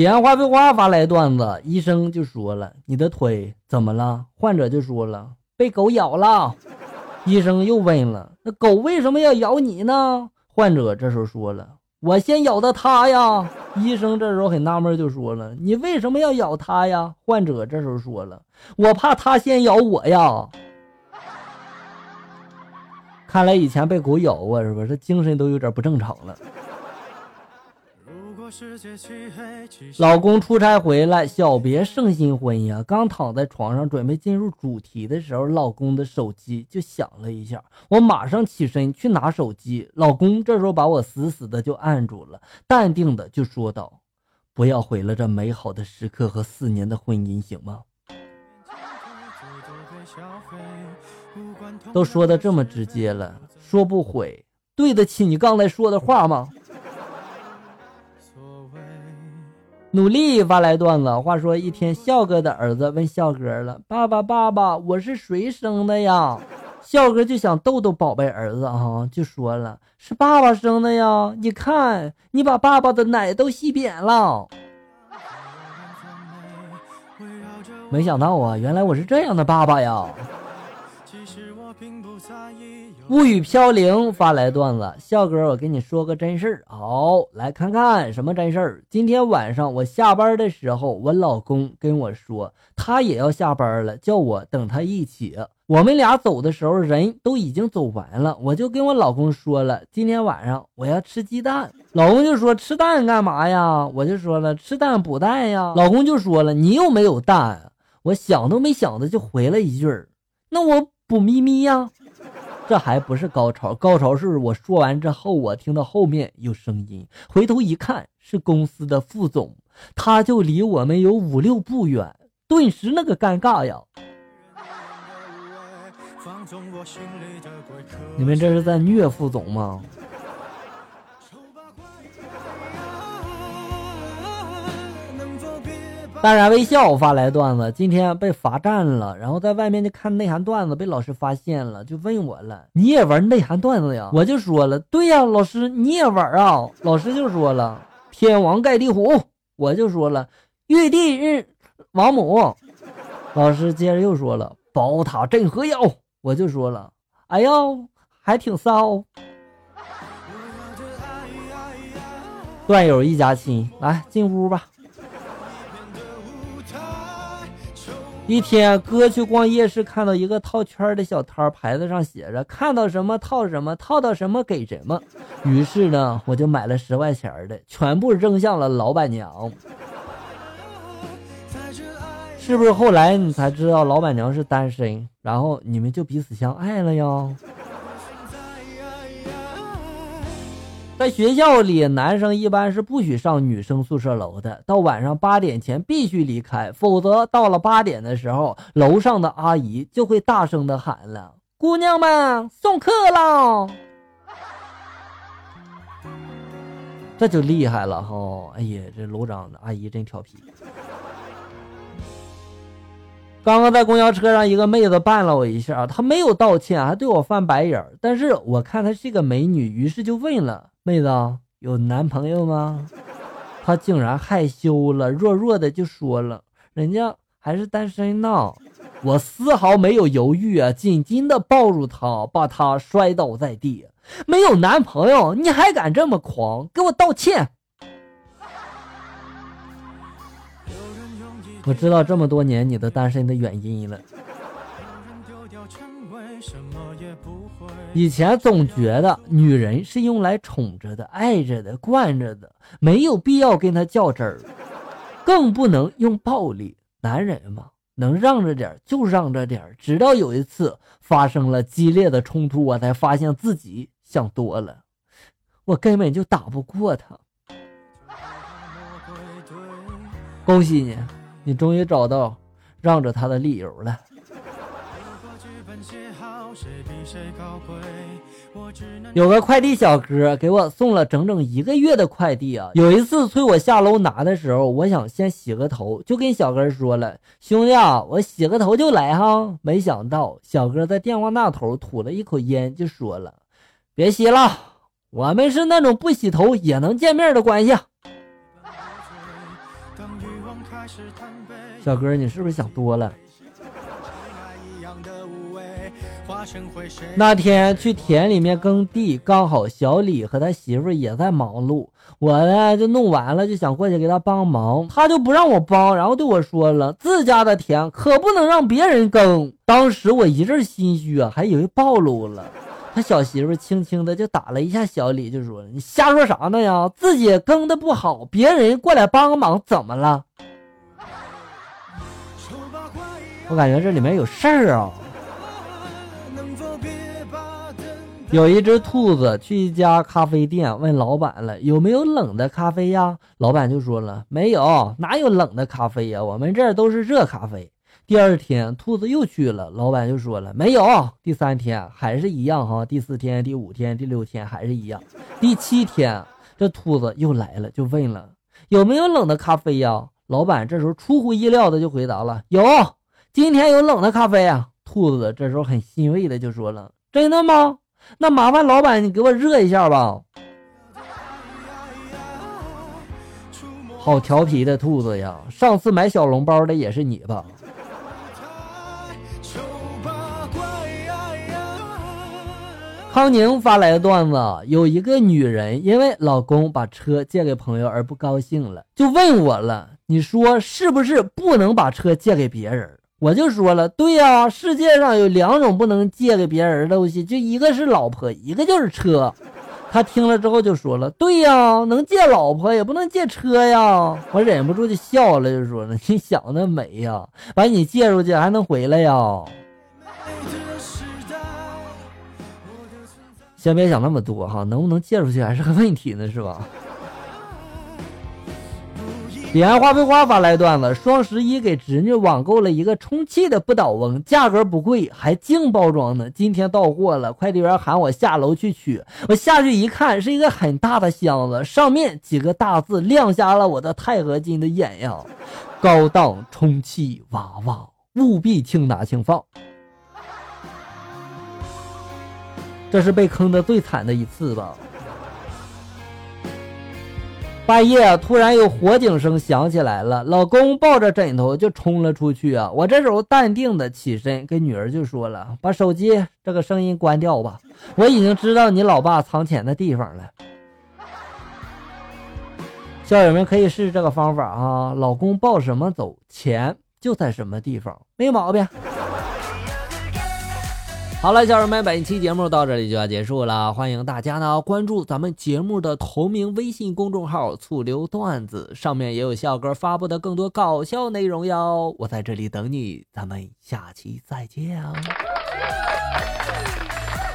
电话废话发来段子，医生就说了，你的腿怎么了？患者就说了，被狗咬了。医生又问了，那狗为什么要咬你呢？患者这时候说了，我先咬的它呀。医生这时候很纳闷就说了，你为什么要咬它呀？患者这时候说了，我怕它先咬我呀。看来以前被狗咬啊，是不是？这精神都有点不正常了。老公出差回来，小别胜新婚呀。刚躺在床上准备进入主题的时候，老公的手机就响了一下，我马上起身去拿手机。老公这时候把我死死的就按住了，淡定的就说道，不要毁了这美好的时刻和4年的婚姻行吗？都说的这么直接了，说不毁对得起你刚才说的话吗？努力发来段子，话说一天笑哥的儿子问笑哥了，爸爸爸爸，我是谁生的呀？笑哥就想逗逗宝贝儿子啊，就说了，是爸爸生的呀，你看你把爸爸的奶都吸扁了。没想到啊，原来我是这样的爸爸呀。物语飘零发来段子，笑哥我跟你说个真事儿。好，来看看什么真事儿。今天晚上我下班的时候，我老公跟我说他也要下班了，叫我等他一起。我们俩走的时候人都已经走完了，我就跟我老公说了，今天晚上我要吃鸡蛋。老公就说，吃蛋干嘛呀？我就说了，吃蛋补蛋呀。老公就说了，你又没有蛋。我想都没想的就回了一句，那我补咪咪呀。这还不是高潮，高潮是我说完之后，我听到后面有声音，回头一看是公司的副总，他就离我们有5、6步远，顿时那个尴尬呀。你们这是在虐副总吗？淡然微笑发来段子，今天被罚站了，然后在外面就看内涵段子，被老师发现了，就问我了，你也玩内涵段子呀？我就说了，对呀，老师你也玩啊？老师就说了，天王盖地虎。我就说了，玉帝日王母。老师接着又说了，宝塔镇河妖。我就说了，哎呦还挺骚。段友一家亲，来进屋吧。一天哥去逛夜市，看到一个套圈的小摊，牌子上写着看到什么套什么，套到什么给什么。于是呢我就买了10块钱的，全部扔向了老板娘。是不是后来你才知道老板娘是单身，然后你们就彼此相爱了呀？在学校里，男生一般是不许上女生宿舍楼的，到晚上8点前必须离开，否则到了8点的时候，楼上的阿姨就会大声的喊了，姑娘们送客了。这就厉害了哈！哎呀，这楼长的阿姨真调皮。刚刚在公交车上，一个妹子绊了我一下，她没有道歉，还对我翻白眼，但是我看她是个美女，于是就问了，妹子有男朋友吗？她竟然害羞了，弱弱的就说了，人家还是单身呢。我丝毫没有犹豫啊，紧紧的抱住她，把她摔倒在地。没有男朋友你还敢这么狂，给我道歉。我知道这么多年你的单身的原因了。以前总觉得女人是用来宠着的、爱着的、惯着的，没有必要跟她较真儿，更不能用暴力。男人嘛，能让着点就让着点。直到有一次发生了激烈的冲突，我才发现自己想多了，我根本就打不过他。恭喜你，你终于找到让着他的理由了。有个快递小哥给我送了整整1个月的快递啊！有一次催我下楼拿的时候，我想先洗个头，就跟小哥说了，兄弟啊，我洗个头就来哈。没想到小哥在电话那头吐了一口烟，就说了，别洗了，我们是那种不洗头也能见面的关系。 小哥，你是不是想多了？那天去田里面耕地，刚好小李和他媳妇也在忙碌，我呢就弄完了，就想过去给他帮忙，他就不让我帮，然后对我说了，自家的田可不能让别人耕。当时我一阵心虚啊，还以为暴露了。他小媳妇轻轻的就打了一下小李，就说，你瞎说啥呢呀，自己耕的不好，别人过来帮个忙怎么了？我感觉这里面有事儿啊。有一只兔子去一家咖啡店，问老板了，有没有冷的咖啡呀？老板就说了，没有，哪有冷的咖啡呀，我们这儿都是热咖啡。第二天兔子又去了，老板就说了，没有。第三天还是一样哈，第四天、第五天、第六天还是一样。第7天这兔子又来了，就问了，有没有冷的咖啡呀？老板这时候出乎意料的就回答了，有，今天有冷的咖啡啊。兔子这时候很欣慰的就说了，真的吗？那麻烦老板你给我热一下吧。好调皮的兔子呀，上次买小笼包的也是你吧？康宁发来的段子，有一个女人因为老公把车借给朋友而不高兴了，就问我了，你说是不是不能把车借给别人？我就说了，对呀，世界上有2种不能借给别人的东西，就一个是老婆，一个就是车。他听了之后就说了，对呀，能借老婆也不能借车呀。我忍不住就笑了，就说了，你想得美呀，把你借出去还能回来呀。先别想那么多哈，能不能借出去还是个问题呢，是吧？彼岸花飞花发来段子，双11给侄女网购了一个充气的不倒翁，价格不贵，还精包装呢。今天到货了，快递员喊我下楼去取。我下去一看，是一个很大的箱子，上面几个大字亮瞎了我的钛合金的眼呀：高档充气娃娃，务必轻拿轻放。这是被坑的最惨的一次吧。半夜突然有火警声响起来了，老公抱着枕头就冲了出去啊！我这时候淡定的起身跟女儿就说了，把手机这个声音关掉吧，我已经知道你老爸藏钱的地方了。校友们可以试试这个方法啊，老公抱什么走，钱就在什么地方，没毛病。好了，小人们，本期节目到这里就要结束了，欢迎大家呢关注咱们节目的同名微信公众号醋溜段子，上面也有笑哥发布的更多搞笑内容哟，我在这里等你，咱们下期再见啊。